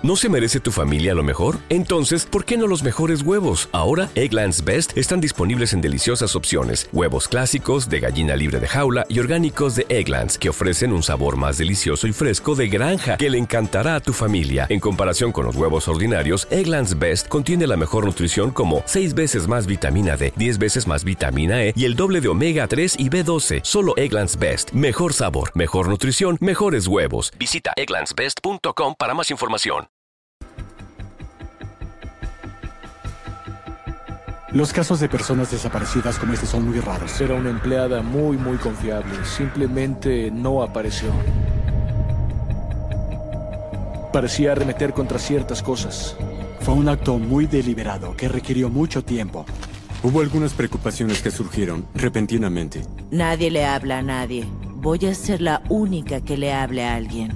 ¿No se merece tu familia lo mejor? Entonces, ¿por qué no los mejores huevos? Ahora, Eggland's Best están disponibles en deliciosas opciones. Huevos clásicos, de gallina libre de jaula y orgánicos de Eggland's, que ofrecen un sabor más delicioso y fresco de granja que le encantará a tu familia. En comparación con los huevos ordinarios, Eggland's Best contiene la mejor nutrición como 6 veces más vitamina D, 10 veces más vitamina E y el doble de omega 3 y B12. Solo Eggland's Best. Mejor sabor, mejor nutrición, mejores huevos. Visita egglandsbest.com para más información. Los casos de personas desaparecidas como este son muy raros. Era una empleada muy confiable. Simplemente no apareció. Parecía arremeter contra ciertas cosas. Fue un acto muy deliberado que requirió mucho tiempo. Hubo algunas preocupaciones que surgieron repentinamente. Nadie le habla a nadie. Voy a ser la única que le hable a alguien.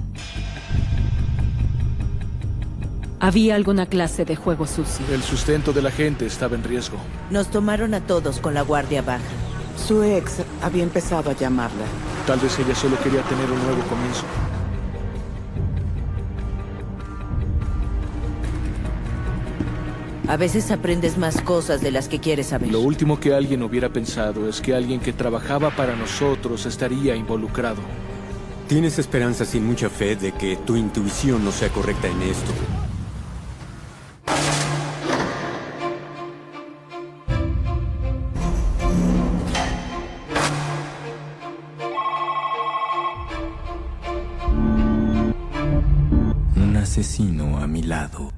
Había alguna clase de juego sucio. El sustento de la gente estaba en riesgo. Nos tomaron a todos con la guardia baja. Su ex había empezado a llamarla. Tal vez ella solo quería tener un nuevo comienzo. A veces aprendes más cosas de las que quieres saber. Lo último que alguien hubiera pensado es que alguien que trabajaba para nosotros estaría involucrado. ¿Tienes esperanza sin mucha fe de que tu intuición no sea correcta en esto? Un asesino a mi lado.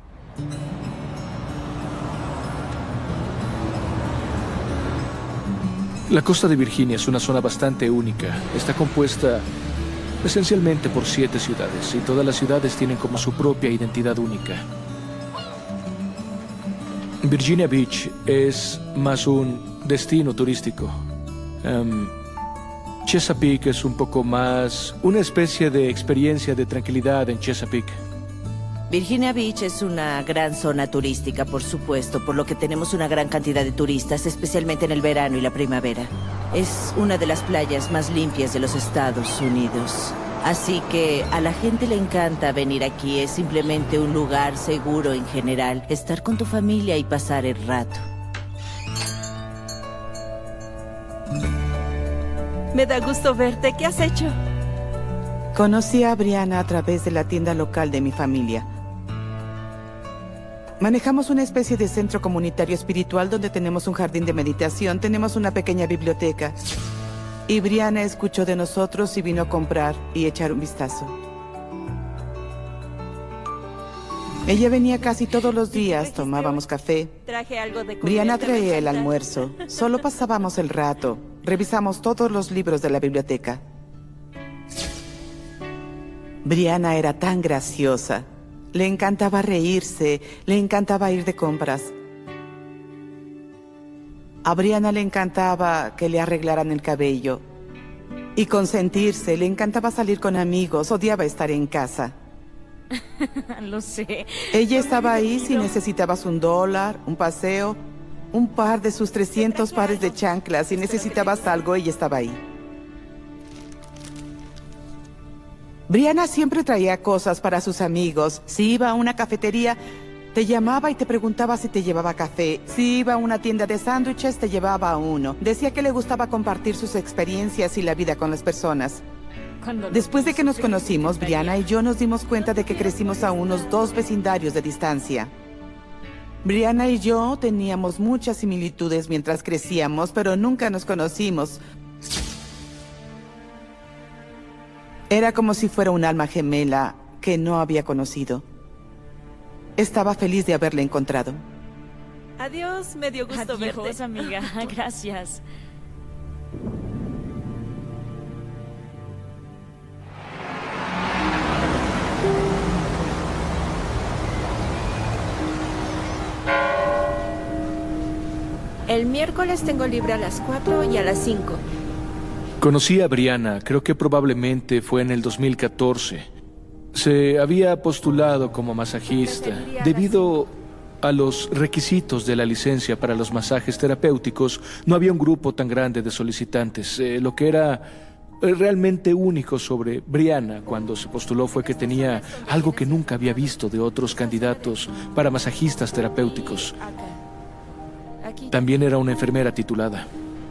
La costa de Virginia es una zona bastante única. Está compuesta esencialmente por 7 ciudades y todas las ciudades tienen como su propia identidad única. Virginia Beach es más un destino turístico. Chesapeake es un poco más una especie de experiencia de tranquilidad en Chesapeake. Virginia Beach es una gran zona turística, por supuesto, por lo que tenemos una gran cantidad de turistas, especialmente en el verano y la primavera. Es una de las playas más limpias de los Estados Unidos. Así que a la gente le encanta venir aquí. Es simplemente un lugar seguro en general. Estar con tu familia y pasar el rato. Me da gusto verte. ¿Qué has hecho? Conocí a Brianna a través de la tienda local de mi familia. Manejamos una especie de centro comunitario espiritual donde tenemos un jardín de meditación, tenemos una pequeña biblioteca. Y Brianna escuchó de nosotros y vino a comprar y echar un vistazo. Ella venía casi todos los días, tomábamos café. Traje algo de comida. Brianna traía el almuerzo. Solo pasábamos el rato. Revisamos todos los libros de la biblioteca. Brianna era tan graciosa. Le encantaba reírse, le encantaba ir de compras. A Brianna le encantaba que le arreglaran el cabello y consentirse, le encantaba salir con amigos, odiaba estar en casa. Lo sé. Ella estaba ahí si necesitabas $1, un paseo, un par de sus 300 pares de chanclas. Si necesitabas algo, ella estaba ahí. Brianna siempre traía cosas para sus amigos. Si iba a una cafetería, te llamaba y te preguntaba si te llevaba café. Si iba a una tienda de sándwiches, te llevaba a uno. Decía que le gustaba compartir sus experiencias y la vida con las personas. Después de que nos conocimos, Brianna y yo nos dimos cuenta de que crecimos a unos 2 vecindarios de distancia. Brianna y yo teníamos muchas similitudes mientras crecíamos, pero nunca nos conocimos. Era como si fuera un alma gemela que no había conocido. Estaba feliz de haberla encontrado. Adiós, me dio gusto verte. Adiós, amiga. Gracias. El miércoles tengo libre a las 4 y a las 5. Conocí a Brianna, creo que probablemente fue en el 2014. Se había postulado como masajista. Debido a los requisitos de la licencia para los masajes terapéuticos, no había un grupo tan grande de solicitantes. Lo que era realmente único sobre Brianna cuando se postuló fue que tenía algo que nunca había visto de otros candidatos para masajistas terapéuticos. Aquí. También era una enfermera titulada.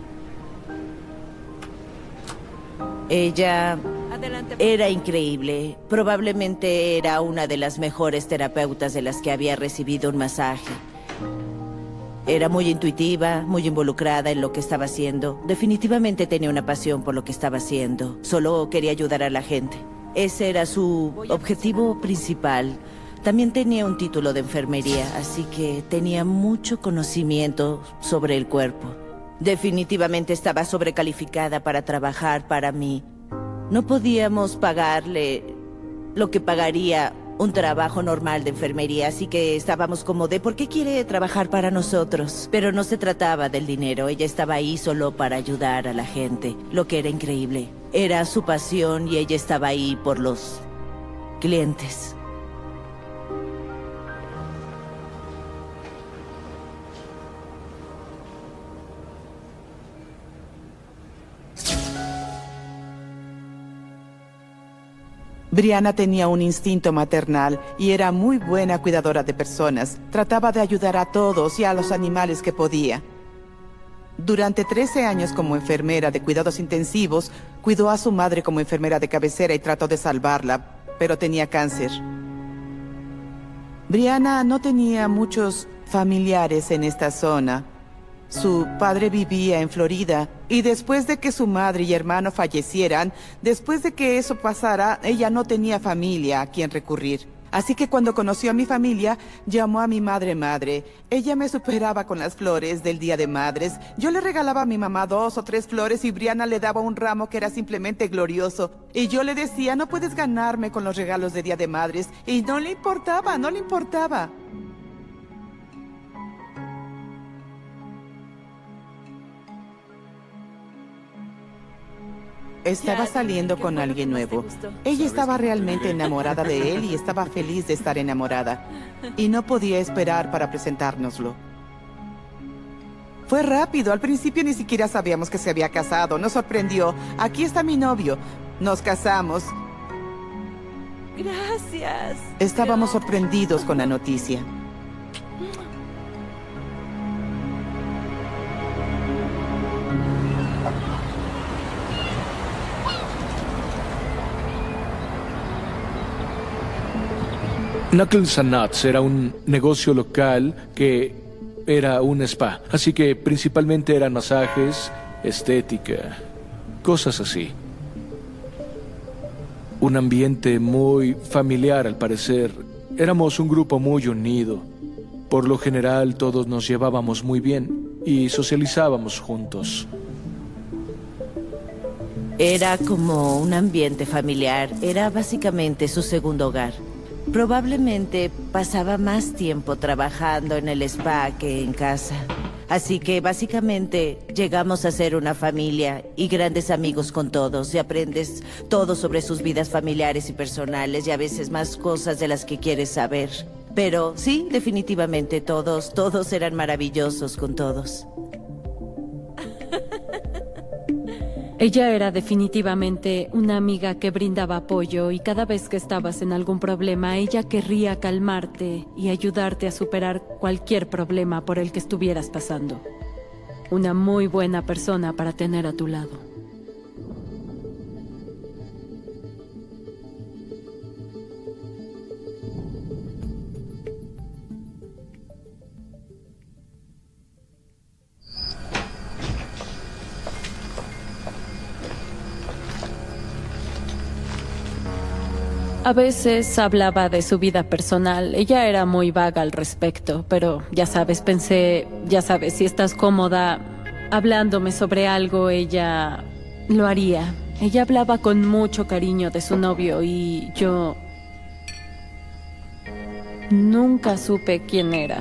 Ella Adelante. era increíble. Probablemente era una de las mejores terapeutas de las que había recibido un masaje. Era muy intuitiva, muy involucrada en lo que estaba haciendo. Definitivamente tenía una pasión por lo que estaba haciendo. Solo quería ayudar a la gente. Ese era su objetivo principal. También tenía un título de enfermería, así que tenía mucho conocimiento sobre el cuerpo. Definitivamente estaba sobrecalificada para trabajar para mí. No podíamos pagarle lo que pagaría un trabajo normal de enfermería, así que estábamos como de ¿por qué quiere trabajar para nosotros? Pero no se trataba del dinero, ella estaba ahí solo para ayudar a la gente, lo que era increíble. Era su pasión y ella estaba ahí por los clientes. Brianna tenía un instinto maternal y era muy buena cuidadora de personas. Trataba de ayudar a todos y a los animales que podía. Durante 13 años como enfermera de cuidados intensivos, cuidó a su madre como enfermera de cabecera y trató de salvarla, pero tenía cáncer. Brianna no tenía muchos familiares en esta zona. Su padre vivía en Florida y después de que su madre y hermano fallecieran, después de que eso pasara, ella no tenía familia a quien recurrir. Así que cuando conoció a mi familia, llamó a mi madre. Ella me superaba con las flores del Día de Madres. Yo le regalaba a mi mamá 2 o 3 flores y Brianna le daba un ramo que era simplemente glorioso. Y yo le decía, no puedes ganarme con los regalos de Día de Madres. Y no le importaba, no le importaba. Estaba saliendo con alguien nuevo. Ella estaba realmente enamorada de él y estaba feliz de estar enamorada. Y no podía esperar para presentárnoslo. Fue rápido. Al principio ni siquiera sabíamos que se había casado. Nos sorprendió. Aquí está mi novio. Nos casamos. Gracias. Estábamos sorprendidos con la noticia. Knuckles and Nuts era un negocio local que era un spa, así que principalmente eran masajes, estética, cosas así. Un ambiente muy familiar al parecer. Éramos un grupo muy unido. Por lo general todos nos llevábamos muy bien y socializábamos juntos. Era como un ambiente familiar, era básicamente su segundo hogar. Probablemente pasaba más tiempo trabajando en el spa que en casa. Así que básicamente llegamos a ser una familia y grandes amigos con todos. Y aprendes todo sobre sus vidas familiares y personales y a veces más cosas de las que quieres saber. Pero sí, definitivamente todos eran maravillosos con todos. Ella era definitivamente una amiga que brindaba apoyo y cada vez que estabas en algún problema, ella querría calmarte y ayudarte a superar cualquier problema por el que estuvieras pasando. Una muy buena persona para tener a tu lado. A veces hablaba de su vida personal. Ella era muy vaga al respecto, pero ya sabes, pensé, si estás cómoda hablándome sobre algo, ella lo haría. Ella hablaba con mucho cariño de su novio y yo nunca supe quién era.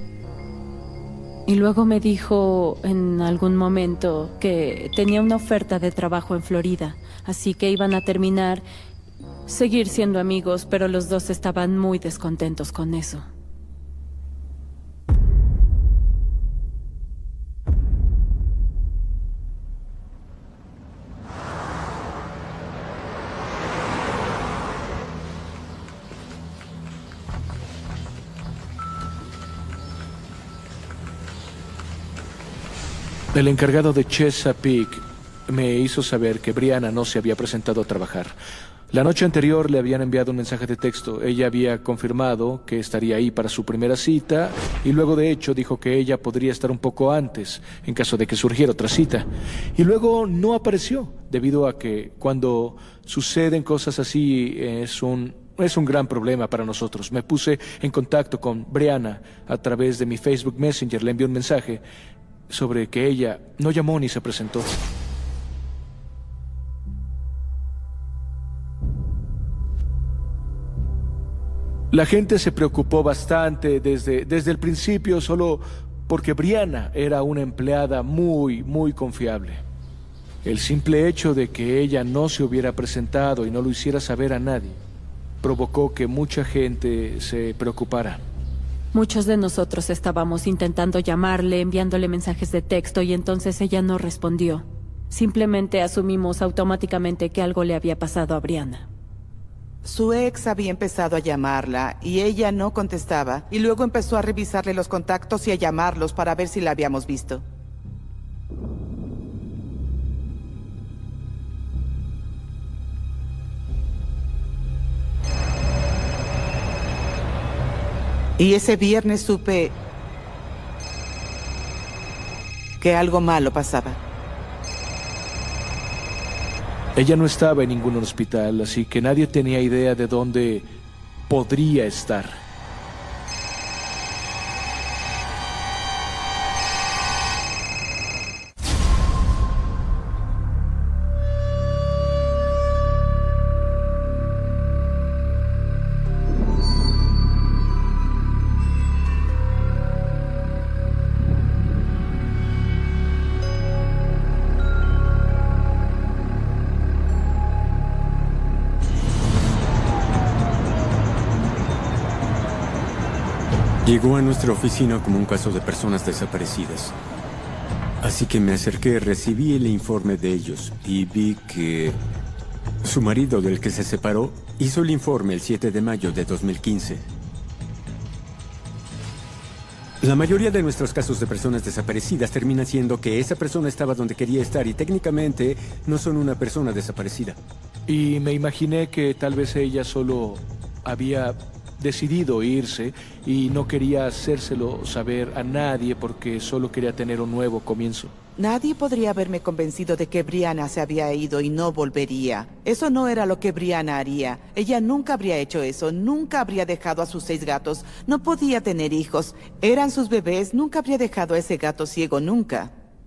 Y luego me dijo en algún momento que tenía una oferta de trabajo en Florida, así que iban a seguir siendo amigos, pero los dos estaban muy descontentos con eso. El encargado de Chesapeake me hizo saber que Brianna no se había presentado a trabajar. La noche anterior le habían enviado un mensaje de texto. Ella había confirmado que estaría ahí para su primera cita y luego de hecho dijo que ella podría estar un poco antes en caso de que surgiera otra cita. Y luego no apareció debido a que cuando suceden cosas así es un gran problema para nosotros. Me puse en contacto con Brianna a través de mi Facebook Messenger. Le envié un mensaje sobre que ella no llamó ni se presentó. La gente se preocupó bastante desde el principio solo porque Brianna era una empleada muy confiable. El simple hecho de que ella no se hubiera presentado y no lo hiciera saber a nadie provocó que mucha gente se preocupara. Muchos de nosotros estábamos intentando llamarle, enviándole mensajes de texto y entonces ella no respondió. Simplemente asumimos automáticamente que algo le había pasado a Brianna. Su ex había empezado a llamarla y ella no contestaba y luego empezó a revisarle los contactos y a llamarlos para ver si la habíamos visto. Y ese viernes supe que algo malo pasaba. Ella no estaba en ningún hospital, así que nadie tenía idea de dónde podría estar. Llegó a nuestra oficina como un caso de personas desaparecidas. Así que me acerqué, recibí el informe de ellos y vi que su marido, del que se separó, hizo el informe el 7 de mayo de 2015. La mayoría de nuestros casos de personas desaparecidas termina siendo que esa persona estaba donde quería estar y técnicamente no son una persona desaparecida. Y me imaginé que tal vez ella solo había decidido irse y no quería hacérselo saber a nadie porque solo quería tener un nuevo comienzo. Nadie podría haberme convencido de que Brianna se había ido y no volvería. Eso no era lo que Brianna haría. Ella nunca habría hecho eso, nunca habría dejado a sus 6 gatos. No podía tener hijos. Eran sus bebés, nunca habría dejado a ese gato ciego, nunca.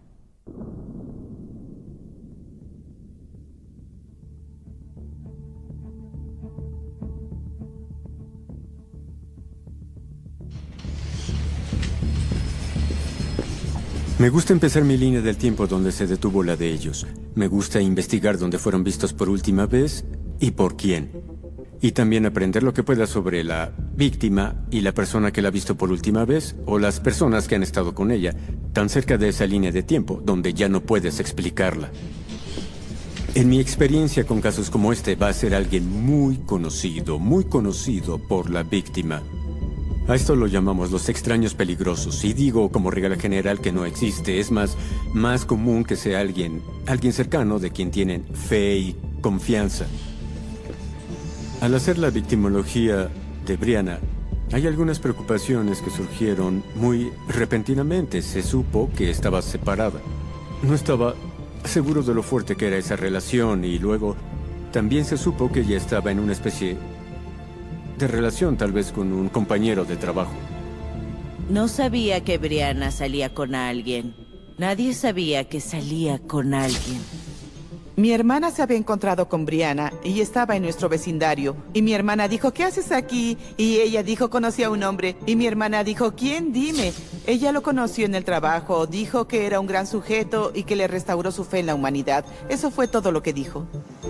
Me gusta empezar mi línea del tiempo donde se detuvo la de ellos. Me gusta investigar dónde fueron vistos por última vez y por quién. Y también aprender lo que pueda sobre la víctima y la persona que la ha visto por última vez o las personas que han estado con ella, tan cerca de esa línea de tiempo donde ya no puedes explicarla. En mi experiencia con casos como este va a ser alguien muy conocido por la víctima. A esto lo llamamos los extraños peligrosos, y digo como regla general que no existe. Es más común que sea alguien cercano de quien tienen fe y confianza. Al hacer la victimología de Brianna, hay algunas preocupaciones que surgieron muy repentinamente. Se supo que estaba separada. No estaba seguro de lo fuerte que era esa relación y luego también se supo que ella estaba en una especie de relación tal vez con un compañero de trabajo. No sabía que Brianna salía con alguien. Nadie sabía que salía con alguien. Mi hermana se había encontrado con Brianna y estaba en nuestro vecindario. Y mi hermana dijo, ¿qué haces aquí? Y ella dijo, conocí a un hombre. Y mi hermana dijo, ¿quién? Dime. Ella lo conoció en el trabajo, dijo que era un gran sujeto y que le restauró su fe en la humanidad. Eso fue todo lo que dijo.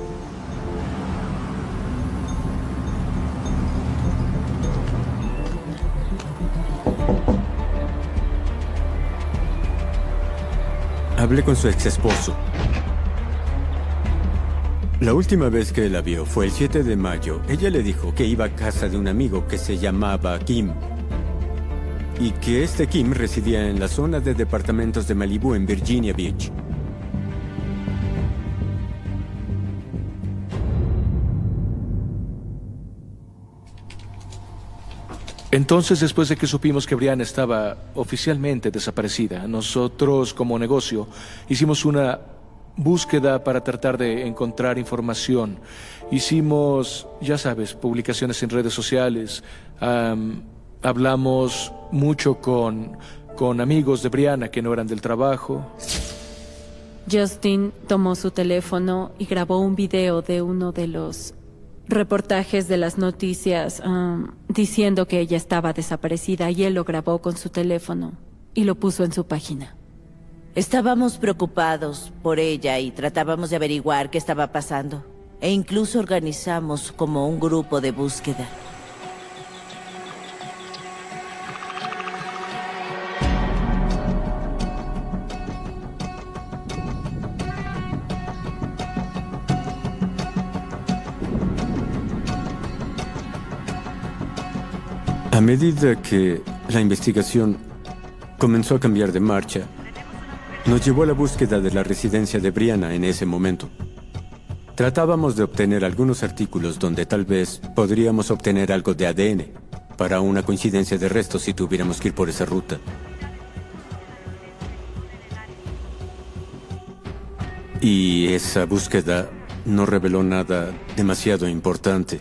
Hablé con su ex esposo. La última vez que la vio fue el 7 de mayo. Ella le dijo que iba a casa de un amigo que se llamaba Kim. y que este Kim residía en la zona de departamentos de Malibu en Virginia Beach. Entonces, después de que supimos que Brianna estaba oficialmente desaparecida, nosotros como negocio hicimos una búsqueda para tratar de encontrar información. Hicimos, ya sabes, publicaciones en redes sociales, hablamos mucho con amigos de Brianna que no eran del trabajo. Justin tomó su teléfono y grabó un video de uno de los reportajes de las noticias diciendo que ella estaba desaparecida, y él lo grabó con su teléfono y lo puso en su página. Estábamos preocupados por ella y tratábamos de averiguar qué estaba pasando. E incluso organizamos como un grupo de búsqueda. A medida que la investigación comenzó a cambiar de marcha, nos llevó a la búsqueda de la residencia de Brianna en ese momento. Tratábamos de obtener algunos artículos donde tal vez podríamos obtener algo de ADN para una coincidencia de restos si tuviéramos que ir por esa ruta. Y esa búsqueda no reveló nada demasiado importante.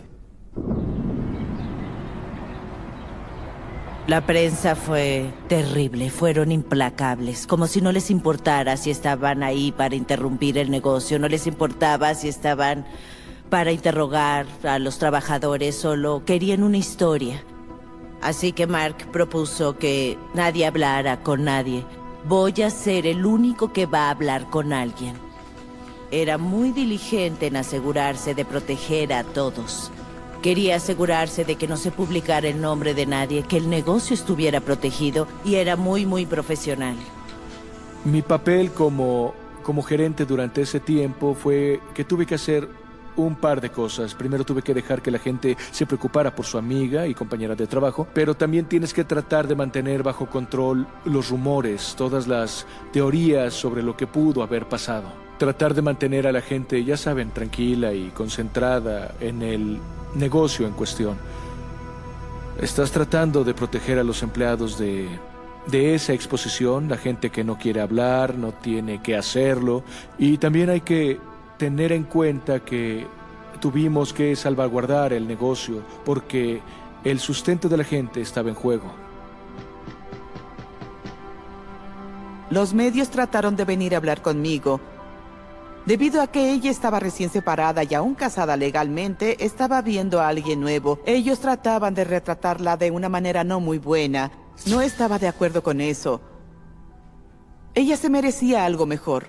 La prensa fue terrible, fueron implacables, como si no les importara si estaban ahí para interrumpir el negocio, no les importaba si estaban para interrogar a los trabajadores, solo querían una historia. Así que Mark propuso que nadie hablara con nadie. Voy a ser el único que va a hablar con alguien. Era muy diligente en asegurarse de proteger a todos. Quería asegurarse de que no se publicara el nombre de nadie, que el negocio estuviera protegido, y era muy profesional. Mi papel como gerente durante ese tiempo fue que tuve que hacer un par de cosas. Primero tuve que dejar que la gente se preocupara por su amiga y compañera de trabajo, pero también tienes que tratar de mantener bajo control los rumores, todas las teorías sobre lo que pudo haber pasado. Tratar de mantener a la gente, ya saben, tranquila y concentrada en el negocio en cuestión. Estás tratando de proteger a los empleados de esa exposición, la gente que no quiere hablar, no tiene que hacerlo, y también hay que tener en cuenta que tuvimos que salvaguardar el negocio porque el sustento de la gente estaba en juego. Los medios trataron de venir a hablar conmigo. Debido a que ella estaba recién separada y aún casada legalmente, estaba viendo a alguien nuevo. Ellos trataban de retratarla de una manera no muy buena. No estaba de acuerdo con eso. Ella se merecía algo mejor.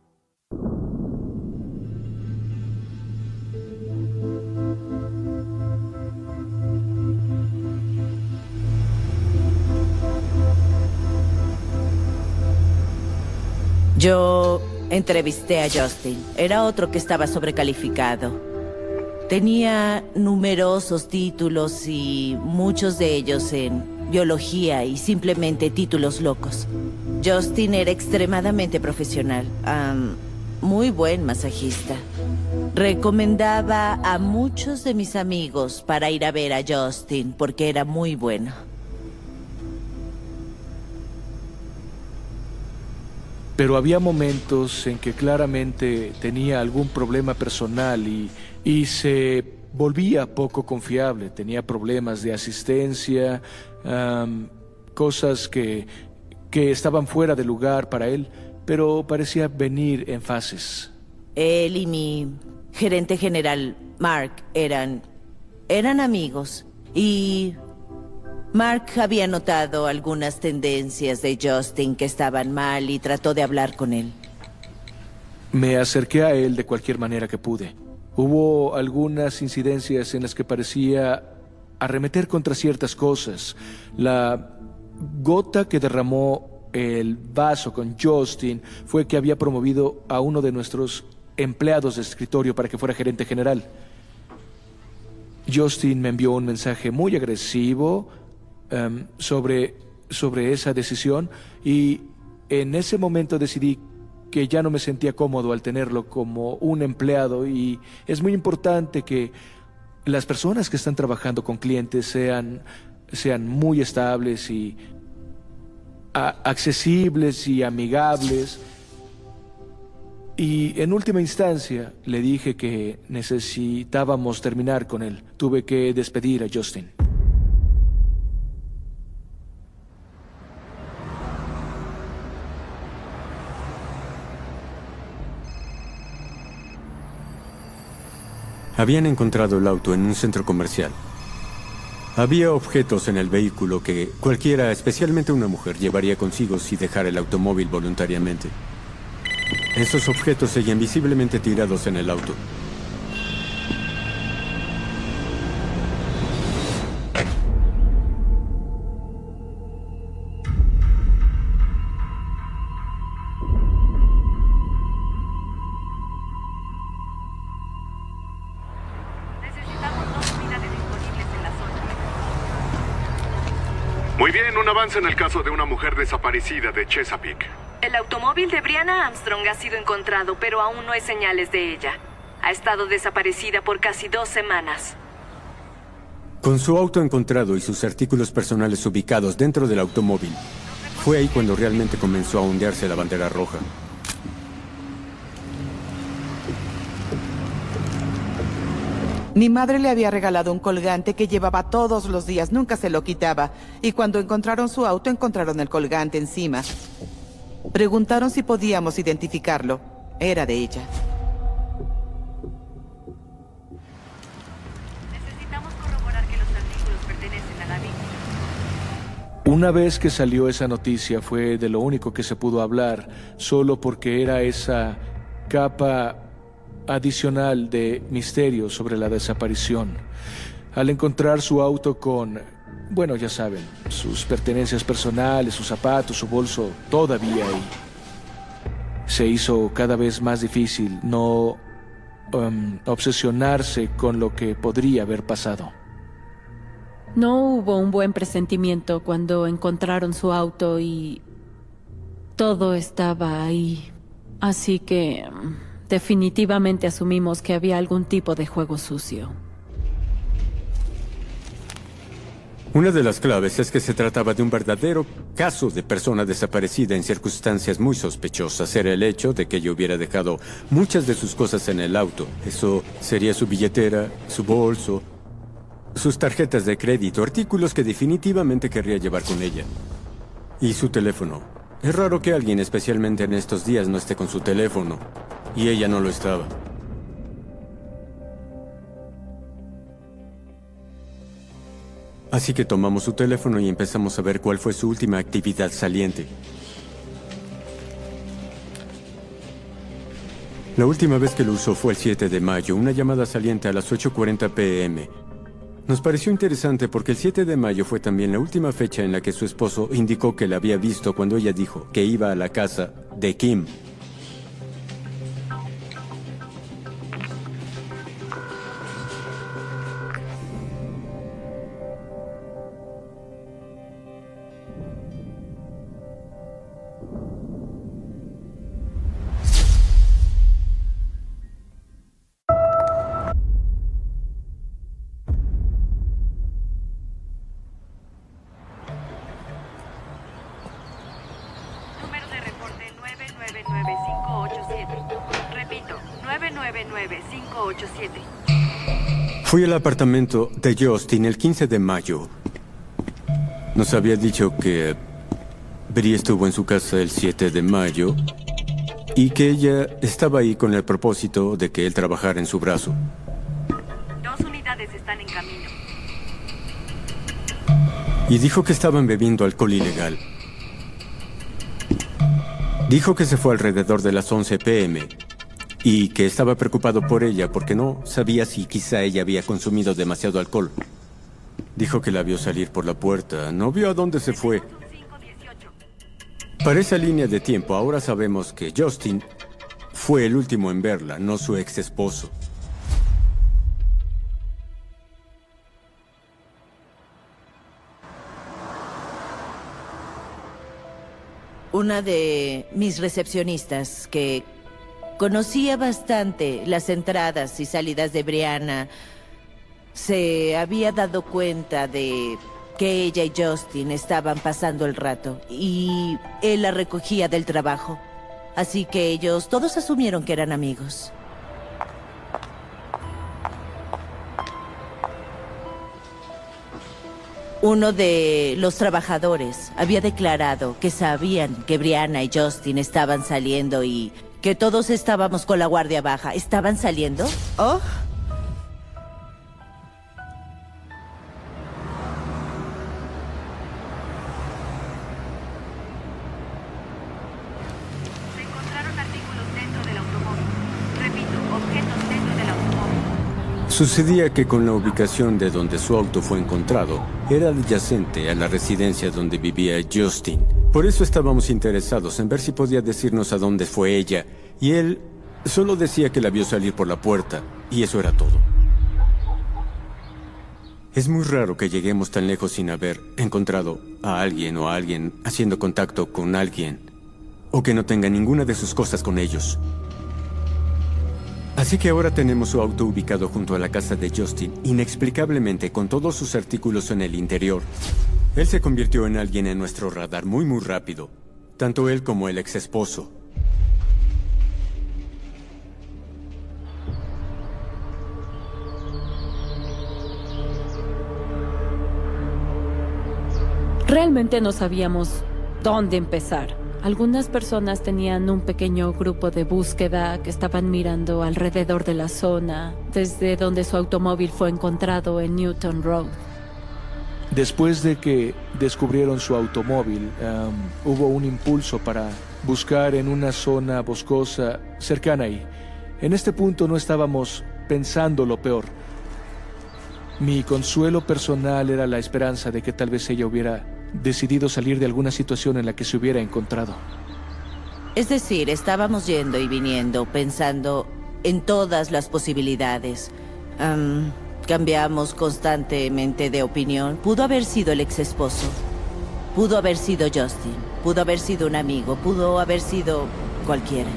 Yo entrevisté a Justin. Era otro que estaba sobrecalificado. Tenía numerosos títulos y muchos de ellos en biología y simplemente títulos locos. Justin era extremadamente profesional, muy buen masajista. Recomendaba a muchos de mis amigos para ir a ver a Justin porque era muy bueno. Pero había momentos en que claramente tenía algún problema personal y se volvía poco confiable. Tenía problemas de asistencia, cosas que estaban fuera de lugar para él, pero parecía venir en fases. Él y mi gerente general, Mark, eran amigos y Mark había notado algunas tendencias de Justin que estaban mal y trató de hablar con él. Me acerqué a él de cualquier manera que pude. Hubo algunas incidencias en las que parecía arremeter contra ciertas cosas. La gota que derramó el vaso con Justin fue que había promovido a uno de nuestros empleados de escritorio para que fuera gerente general. Justin me envió un mensaje muy agresivo sobre sobre esa decisión y en ese momento decidí que ya no me sentía cómodo al tenerlo como un empleado y es muy importante que las personas que están trabajando con clientes sean muy estables y accesibles y amigables. Y en última instancia le dije que necesitábamos terminar con él. Tuve que despedir a Justin. Habían encontrado el auto en un centro comercial. Había objetos en el vehículo que cualquiera, especialmente una mujer, llevaría consigo si dejara el automóvil voluntariamente. Esos objetos seguían visiblemente tirados en el auto. Muy bien, un avance en el caso de una mujer desaparecida de Chesapeake. El automóvil de Brianna Armstrong ha sido encontrado, pero aún no hay señales de ella. Ha estado desaparecida por casi 2 semanas. Con su auto encontrado y sus artículos personales ubicados dentro del automóvil, fue ahí cuando realmente comenzó a ondearse la bandera roja. Mi madre le había regalado un colgante que llevaba todos los días, nunca se lo quitaba. Y cuando encontraron su auto, encontraron el colgante encima. Preguntaron si podíamos identificarlo. Era de ella. Necesitamos corroborar que los artículos pertenecen a la víctima. Una vez que salió esa noticia fue de lo único que se pudo hablar, solo porque era esa capa adicional de misterio sobre la desaparición. Al encontrar su auto con, bueno, ya saben, sus pertenencias personales, sus zapatos, su bolso, todavía ahí, se hizo cada vez más difícil no obsesionarse con lo que podría haber pasado. No hubo un buen presentimiento cuando encontraron su auto y todo estaba ahí. Así que definitivamente asumimos que había algún tipo de juego sucio. Una de las claves es que se trataba de un verdadero caso de persona desaparecida en circunstancias muy sospechosas. Era el hecho de que ella hubiera dejado muchas de sus cosas en el auto. Eso sería su billetera, su bolso, sus tarjetas de crédito, artículos que definitivamente querría llevar con ella. Y su teléfono. Es raro que alguien, especialmente en estos días, no esté con su teléfono. Y ella no lo estaba. Así que tomamos su teléfono y empezamos a ver cuál fue su última actividad saliente. La última vez que lo usó fue el 7 de mayo, una llamada saliente a las 8:40 p.m. Nos pareció interesante porque el 7 de mayo fue también la última fecha en la que su esposo indicó que la había visto cuando ella dijo que iba a la casa de Kim. Fui al apartamento de Justin el 15 de mayo. Nos había dicho que Bri estuvo en su casa el 7 de mayo y que ella estaba ahí con el propósito de que él trabajara en su brazo. 2 unidades están en camino. Y dijo que estaban bebiendo alcohol ilegal. Dijo que se fue alrededor de las 11 p.m. y que estaba preocupado por ella porque no sabía si quizá ella había consumido demasiado alcohol. Dijo que la vio salir por la puerta, no vio a dónde se fue. Para esa línea de tiempo, ahora sabemos que Justin fue el último en verla, no su ex esposo. una de mis recepcionistas que conocía bastante las entradas y salidas de Brianna se había dado cuenta de que ella y Justin estaban pasando el rato y él la recogía del trabajo. Así que ellos todos asumieron que eran amigos. Uno de los trabajadores había declarado que sabían que Brianna y Justin estaban saliendo y que todos estábamos con la guardia baja. ¿Estaban saliendo? Oh. Se encontraron artículos dentro del automóvil. Repito, objetos dentro del automóvil. Sucedía que con la ubicación de donde su auto fue encontrado, era adyacente a la residencia donde vivía Justin. Por eso estábamos interesados en ver si podía decirnos a dónde fue ella, y él solo decía que la vio salir por la puerta, y eso era todo. Es muy raro que lleguemos tan lejos sin haber encontrado a alguien o a alguien haciendo contacto con alguien, o que no tenga ninguna de sus cosas con ellos. Así que ahora tenemos su auto ubicado junto a la casa de Justin, inexplicablemente con todos sus artículos en el interior. Él se convirtió en alguien en nuestro radar muy rápido, tanto él como el ex esposo. Realmente no sabíamos dónde empezar. Algunas personas tenían un pequeño grupo de búsqueda que estaban mirando alrededor de la zona, desde donde su automóvil fue encontrado en Newton Road. Después de que descubrieron su automóvil, hubo un impulso para buscar en una zona boscosa cercana ahí. En este punto no estábamos pensando lo peor. Mi consuelo personal era la esperanza de que tal vez ella hubiera decidido salir de alguna situación en la que se hubiera encontrado. Es decir, estábamos yendo y viniendo, pensando en todas las posibilidades. Cambiamos constantemente de opinión. Pudo haber sido el ex esposo. Pudo haber sido Justin. Pudo haber sido un amigo. Pudo haber sido cualquiera.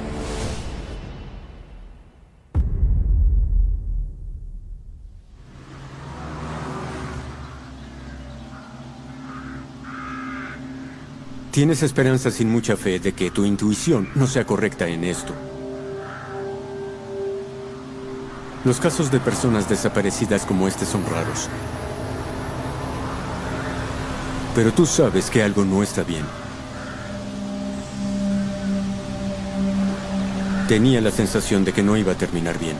Tienes esperanza sin mucha fe de que tu intuición no sea correcta en esto. Los casos de personas desaparecidas como este son raros. Pero tú sabes que algo no está bien. Tenía la sensación de que no iba a terminar bien.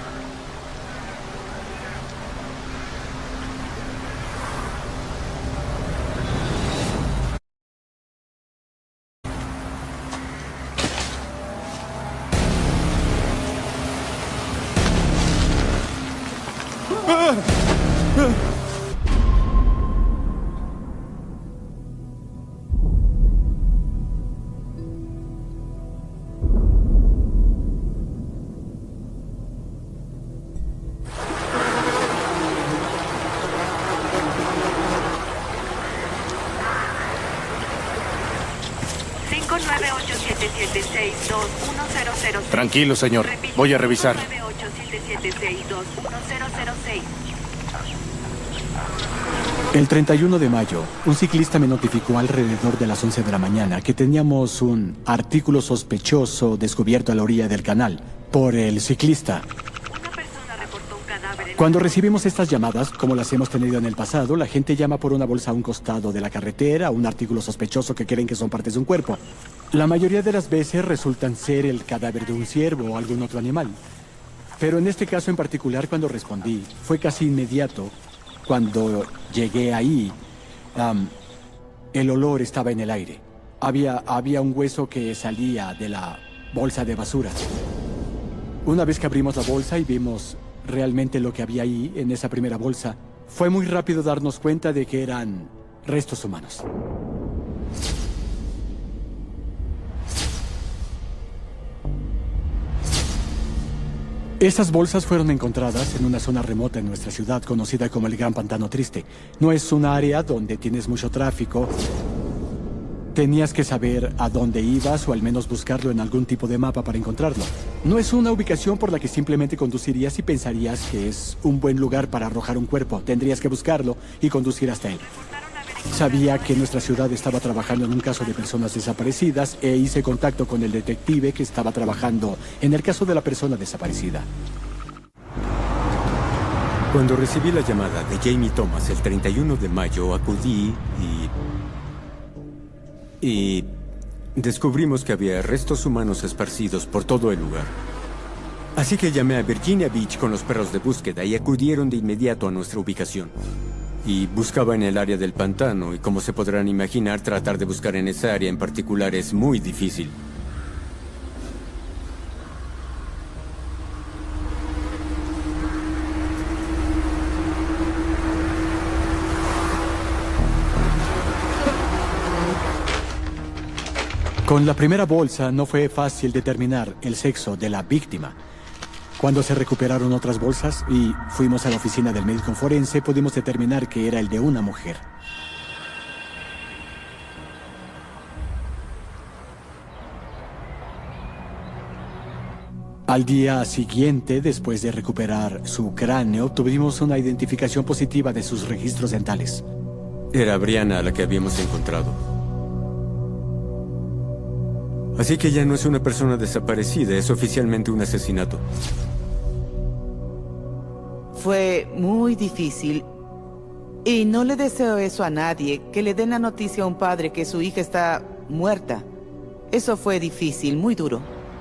Tranquilo, señor. Voy a revisar. El 31 de mayo, un ciclista me notificó alrededor de las 11 de la mañana que teníamos un artículo sospechoso descubierto a la orilla del canal por el ciclista. Cuando recibimos estas llamadas, como las hemos tenido en el pasado, la gente llama por una bolsa a un costado de la carretera, un artículo sospechoso que creen que son partes de un cuerpo. La mayoría de las veces resultan ser el cadáver de un ciervo o algún otro animal. Pero en este caso en particular, cuando respondí, fue casi inmediato. Cuando llegué ahí, el olor estaba en el aire. Había un hueso que salía de la bolsa de basura. Una vez que abrimos la bolsa y vimos realmente lo que había ahí, en esa primera bolsa, fue muy rápido darnos cuenta de que eran restos humanos. Esas bolsas fueron encontradas en una zona remota en nuestra ciudad conocida como el Gran Pantano Triste. No es un área donde tienes mucho tráfico, Tenías que saber a dónde ibas o al menos buscarlo en algún tipo de mapa para encontrarlo. No es una ubicación por la que simplemente conducirías y pensarías que es un buen lugar para arrojar un cuerpo. Tendrías que buscarlo y conducir hasta él. Sabía que nuestra ciudad estaba trabajando en un caso de personas desaparecidas e hice contacto con el detective que estaba trabajando en el caso de la persona desaparecida. Cuando recibí la llamada de Jamie Thomas el 31 de mayo, acudí y descubrimos que había restos humanos esparcidos por todo el lugar. Así que llamé a Virginia Beach con los perros de búsqueda y acudieron de inmediato a nuestra ubicación. Y buscaba en el área del pantano, y como se podrán imaginar, tratar de buscar en esa área en particular es muy difícil. Con la primera bolsa no fue fácil determinar el sexo de la víctima. Cuando se recuperaron otras bolsas y fuimos a la oficina del médico forense, pudimos determinar que era el de una mujer. Al día siguiente, después de recuperar su cráneo, tuvimos una identificación positiva de sus registros dentales. Era Brianna a la que habíamos encontrado. Así que ya no es una persona desaparecida, es oficialmente un asesinato. Fue muy difícil. Y no le deseo eso a nadie, que le den la noticia a un padre que su hija está muerta. Eso fue difícil, muy duro.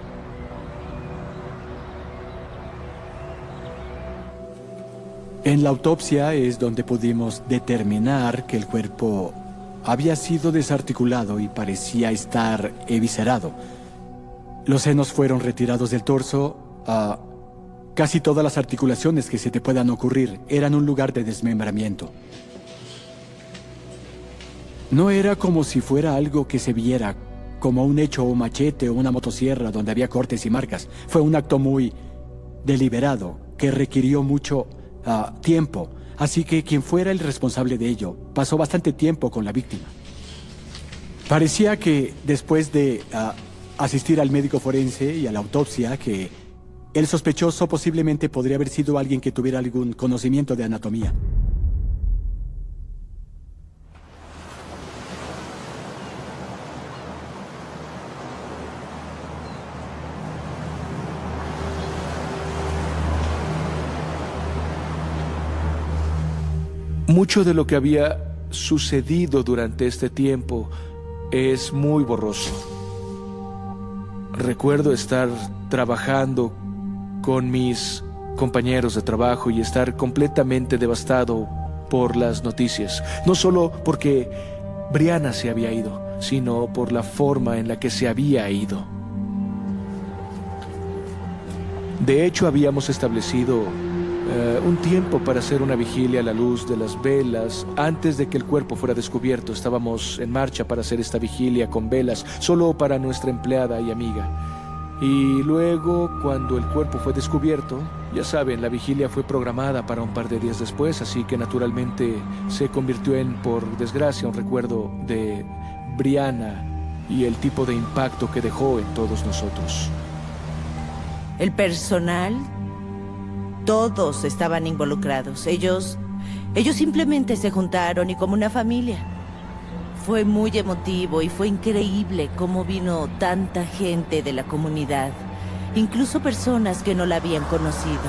En la autopsia es donde pudimos determinar que el cuerpo había sido desarticulado y parecía estar eviscerado. Los senos fueron retirados del torso. Casi todas las articulaciones que se te puedan ocurrir eran un lugar de desmembramiento. No era como si fuera algo que se viera como un hecho o machete o una motosierra donde había cortes y marcas. Fue un acto muy deliberado que requirió mucho tiempo. Así que quien fuera el responsable de ello pasó bastante tiempo con la víctima. Parecía que después de asistir al médico forense y a la autopsia, que el sospechoso posiblemente podría haber sido alguien que tuviera algún conocimiento de anatomía. Mucho de lo que había sucedido durante este tiempo es muy borroso. Recuerdo estar trabajando con mis compañeros de trabajo y estar completamente devastado por las noticias. No solo porque Brianna se había ido, sino por la forma en la que se había ido. De hecho, habíamos establecido un tiempo para hacer una vigilia a la luz de las velas. Antes de que el cuerpo fuera descubierto, estábamos en marcha para hacer esta vigilia con velas, solo para nuestra empleada y amiga. Y luego, cuando el cuerpo fue descubierto, ya saben, la vigilia fue programada para un par de días después, así que naturalmente se convirtió en, por desgracia, un recuerdo de Brianna y el tipo de impacto que dejó en todos nosotros. El personal, todos estaban involucrados. Ellos simplemente se juntaron y como una familia. Fue muy emotivo y fue increíble cómo vino tanta gente de la comunidad, incluso personas que no la habían conocido.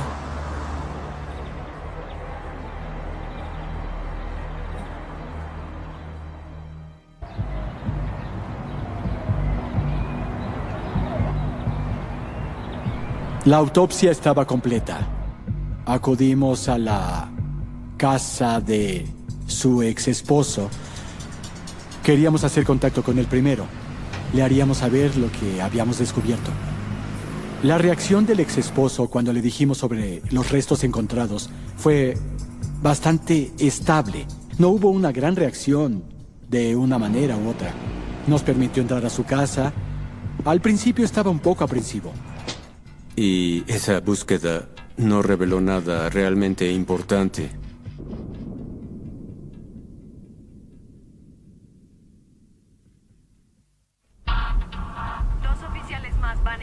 La autopsia estaba completa. Acudimos a la casa de su ex esposo. Queríamos hacer contacto con él primero. Le haríamos saber lo que habíamos descubierto. La reacción del ex esposo cuando le dijimos sobre los restos encontrados fue bastante estable. No hubo una gran reacción de una manera u otra. Nos permitió entrar a su casa. Al principio estaba un poco aprensivo. Y esa búsqueda no reveló nada realmente importante.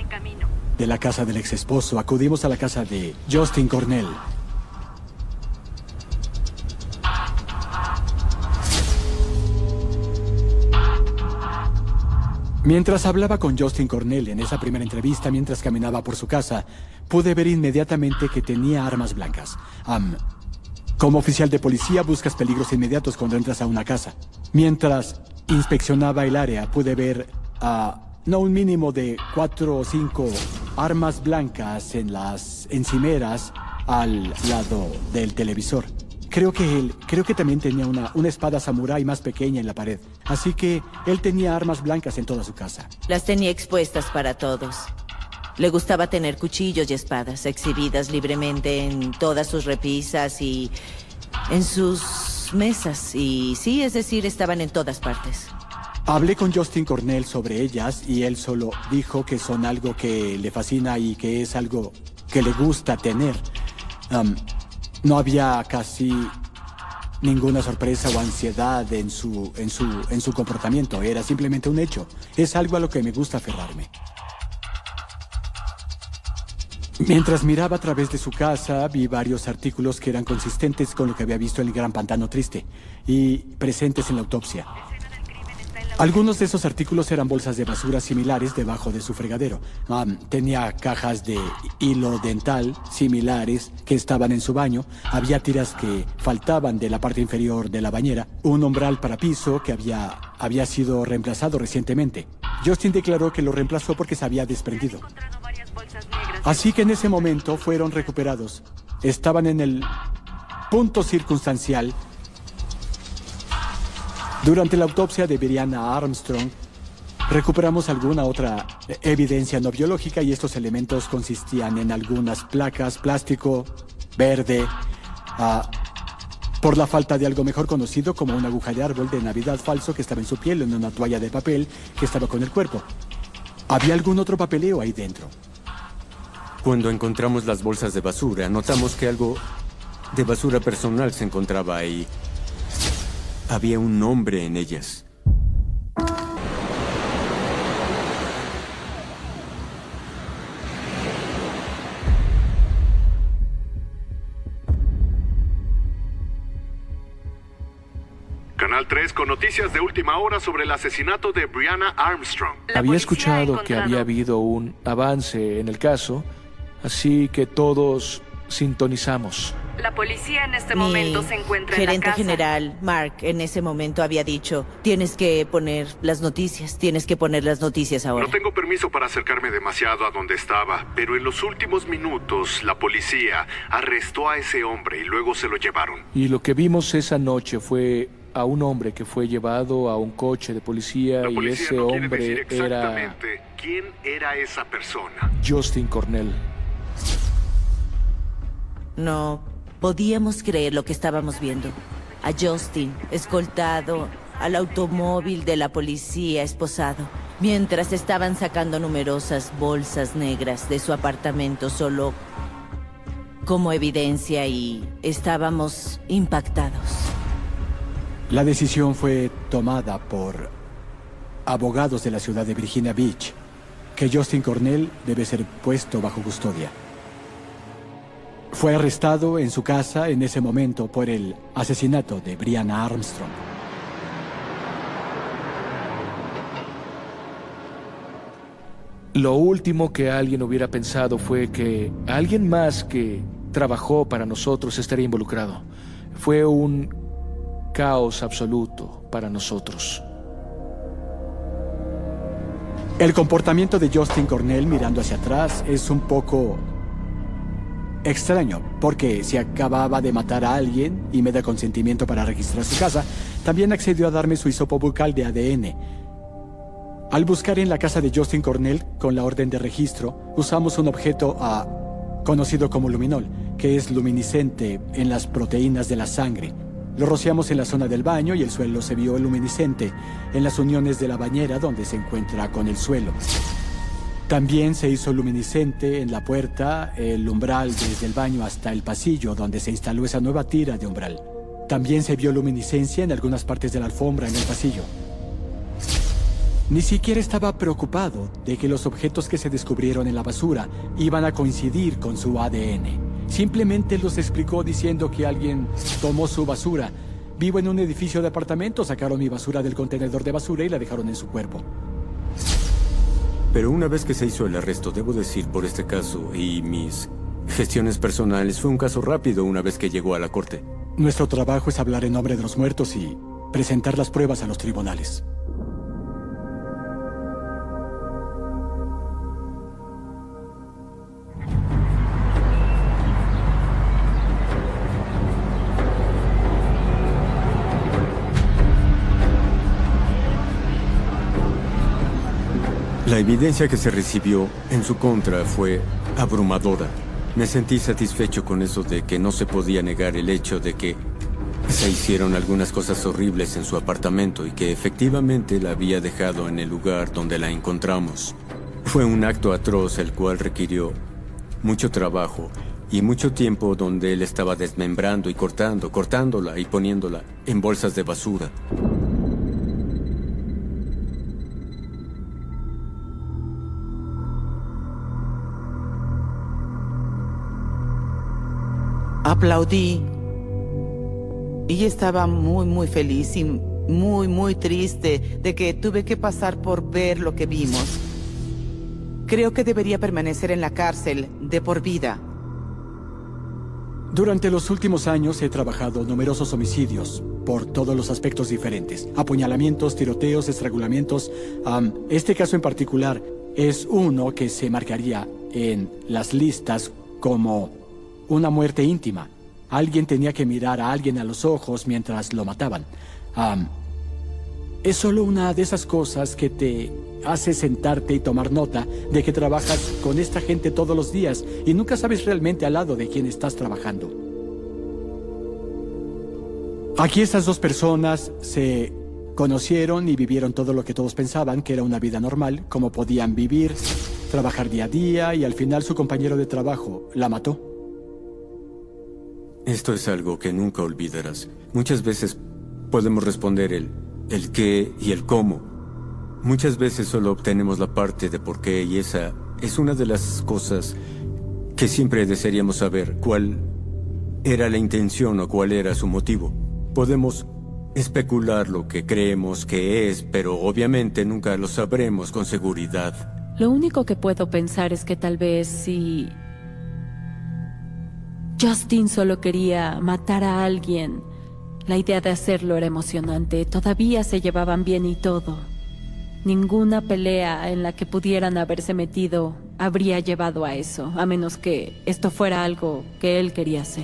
camino. De la casa del ex esposo, acudimos a la casa de Justin Cornell. Mientras hablaba con Justin Cornell en esa primera entrevista, mientras caminaba por su casa, pude ver inmediatamente que tenía armas blancas. Como oficial de policía buscas peligros inmediatos cuando entras a una casa. Mientras inspeccionaba el área, pude ver no un mínimo de 4 o 5 armas blancas en las encimeras al lado del televisor. Creo que también tenía una espada samurái más pequeña en la pared. Así que él tenía armas blancas en toda su casa. Las tenía expuestas para todos. Le gustaba tener cuchillos y espadas exhibidas libremente en todas sus repisas y en sus mesas. Y sí, es decir, estaban en todas partes. Hablé con Justin Cornell sobre ellas y él solo dijo que son algo que le fascina y que es algo que le gusta tener. No había casi ninguna sorpresa o ansiedad en su comportamiento. Era simplemente un hecho. Es algo a lo que me gusta aferrarme. Mientras miraba a través de su casa, vi varios artículos que eran consistentes con lo que había visto en el Gran Pantano Triste y presentes en la autopsia. Algunos de esos artículos eran bolsas de basura similares debajo de su fregadero. Tenía cajas de hilo dental similares que estaban en su baño. Había tiras que faltaban de la parte inferior de la bañera. Un umbral para piso que había sido reemplazado recientemente. Justin declaró que lo reemplazó porque se había desprendido. Así que en ese momento fueron recuperados. Estaban en el punto circunstancial. Durante la autopsia de Brianna Armstrong, recuperamos alguna otra evidencia no biológica y estos elementos consistían en algunas placas, plástico, verde, por la falta de algo mejor conocido como una aguja de árbol de Navidad falso que estaba en su piel en una toalla de papel que estaba con el cuerpo. ¿Había algún otro papeleo ahí dentro? Cuando encontramos las bolsas de basura, notamos que algo de basura personal se encontraba ahí. Había un nombre en ellas. Canal 3 con noticias de última hora sobre el asesinato de Brianna Armstrong. Había escuchado que había habido un avance en el caso, así que todos sintonizamos. La policía en este momento se encuentra en la gerente casa. general, Mark, en ese momento había dicho, tienes que poner las noticias ahora. No tengo permiso para acercarme demasiado a donde estaba, pero en los últimos minutos la policía arrestó a ese hombre y luego se lo llevaron. Y lo que vimos esa noche fue a un hombre que fue llevado a un coche de policía, y ese no hombre quiere decir era exactamente quién era esa persona. Justin Cornell. No podíamos creer lo que estábamos viendo. A Justin, escoltado al automóvil de la policía, esposado, mientras estaban sacando numerosas bolsas negras de su apartamento solo como evidencia, y estábamos impactados. La decisión fue tomada por abogados de la ciudad de Virginia Beach, que Justin Cornell debe ser puesto bajo custodia. Fue arrestado en su casa en ese momento por el asesinato de Brianna Armstrong. Lo último que alguien hubiera pensado fue que alguien más que trabajó para nosotros estaría involucrado. Fue un caos absoluto para nosotros. El comportamiento de Justin Cornell mirando hacia atrás es un poco extraño, porque si acababa de matar a alguien y me da consentimiento para registrar su casa, también accedió a darme su hisopo bucal de ADN. Al buscar en la casa de Justin Cornell con la orden de registro, usamos un objeto conocido como luminol, que es luminiscente en las proteínas de la sangre. Lo rociamos en la zona del baño y el suelo se vio luminiscente en las uniones de la bañera donde se encuentra con el suelo. También se hizo luminiscente en la puerta, el umbral desde el baño hasta el pasillo donde se instaló esa nueva tira de umbral. También se vio luminiscencia en algunas partes de la alfombra en el pasillo. Ni siquiera estaba preocupado de que los objetos que se descubrieron en la basura iban a coincidir con su ADN. Simplemente los explicó diciendo que alguien tomó su basura. Vivo en un edificio de apartamentos, sacaron mi basura del contenedor de basura y la dejaron en su cuerpo. Pero una vez que se hizo el arresto, debo decir, por este caso y mis gestiones personales, fue un caso rápido una vez que llegó a la corte. Nuestro trabajo es hablar en nombre de los muertos y presentar las pruebas a los tribunales. La evidencia que se recibió en su contra fue abrumadora. Me sentí satisfecho con eso de que no se podía negar el hecho de que se hicieron algunas cosas horribles en su apartamento y que efectivamente la había dejado en el lugar donde la encontramos. Fue un acto atroz el cual requirió mucho trabajo y mucho tiempo donde él estaba desmembrando y cortándola y poniéndola en bolsas de basura. Aplaudí. Ella estaba muy feliz y muy triste de que tuve que pasar por ver lo que vimos. Creo que debería permanecer en la cárcel de por vida. Durante los últimos años he trabajado numerosos homicidios por todos los aspectos diferentes. Apuñalamientos, tiroteos, estrangulamientos. Este caso en particular es uno que se marcaría en las listas como una muerte íntima. Alguien tenía que mirar a alguien a los ojos mientras lo mataban. Es solo una de esas cosas que te hace sentarte y tomar nota de que trabajas con esta gente todos los días y nunca sabes realmente al lado de quién estás trabajando. Aquí estas dos personas se conocieron y vivieron todo lo que todos pensaban que era una vida normal, como podían vivir, trabajar día a día, y al final su compañero de trabajo la mató. Esto es algo que nunca olvidarás. Muchas veces podemos responder el qué y el cómo. Muchas veces solo obtenemos la parte de por qué, y esa es una de las cosas que siempre desearíamos saber, cuál era la intención o cuál era su motivo. Podemos especular lo que creemos que es, pero obviamente nunca lo sabremos con seguridad. Lo único que puedo pensar es que tal vez si Justin solo quería matar a alguien, la idea de hacerlo era emocionante. Todavía se llevaban bien y todo. Ninguna pelea en la que pudieran haberse metido habría llevado a eso, a menos que esto fuera algo que él quería hacer.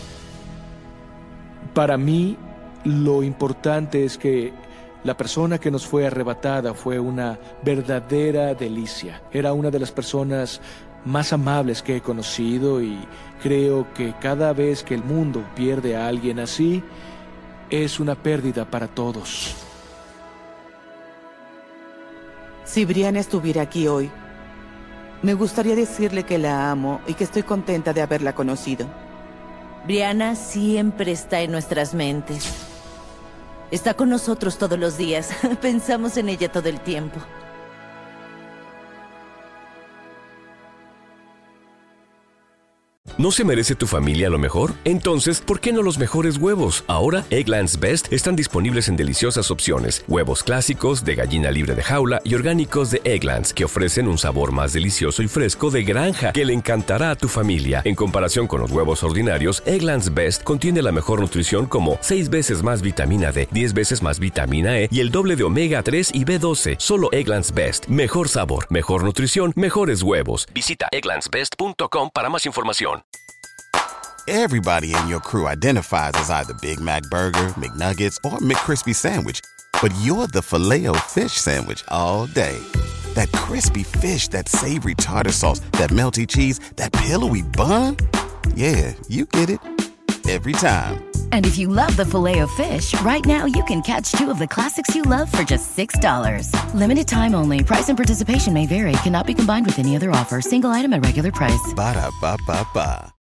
Para mí, lo importante es que la persona que nos fue arrebatada fue una verdadera delicia. Era una de las personas más amables que he conocido y creo que cada vez que el mundo pierde a alguien así, es una pérdida para todos. Si Brianna estuviera aquí hoy, me gustaría decirle que la amo y que estoy contenta de haberla conocido. Brianna siempre está en nuestras mentes. Está con nosotros todos los días. Pensamos en ella todo el tiempo. ¿No se merece tu familia lo mejor? Entonces, ¿por qué no los mejores huevos? Ahora, Eggland's Best están disponibles en deliciosas opciones. Huevos clásicos, de gallina libre de jaula y orgánicos de Eggland's, que ofrecen un sabor más delicioso y fresco de granja que le encantará a tu familia. En comparación con los huevos ordinarios, Eggland's Best contiene la mejor nutrición como 6 veces más vitamina D, 10 veces más vitamina E y el doble de omega 3 y B12. Solo Eggland's Best. Mejor sabor, mejor nutrición, mejores huevos. Visita egglandsbest.com para más información. Everybody in your crew identifies as either Big Mac Burger, McNuggets, or McCrispy Sandwich. But you're the Filet-O-Fish Sandwich all day. That crispy fish, that savory tartar sauce, that melty cheese, that pillowy bun. Yeah, you get it. Every time. And if you love the Filet-O-Fish, right now you can catch 2 of the classics you love for just $6. Limited time only. Price and participation may vary. Cannot be combined with any other offer. Single item at regular price. Ba-da-ba-ba-ba.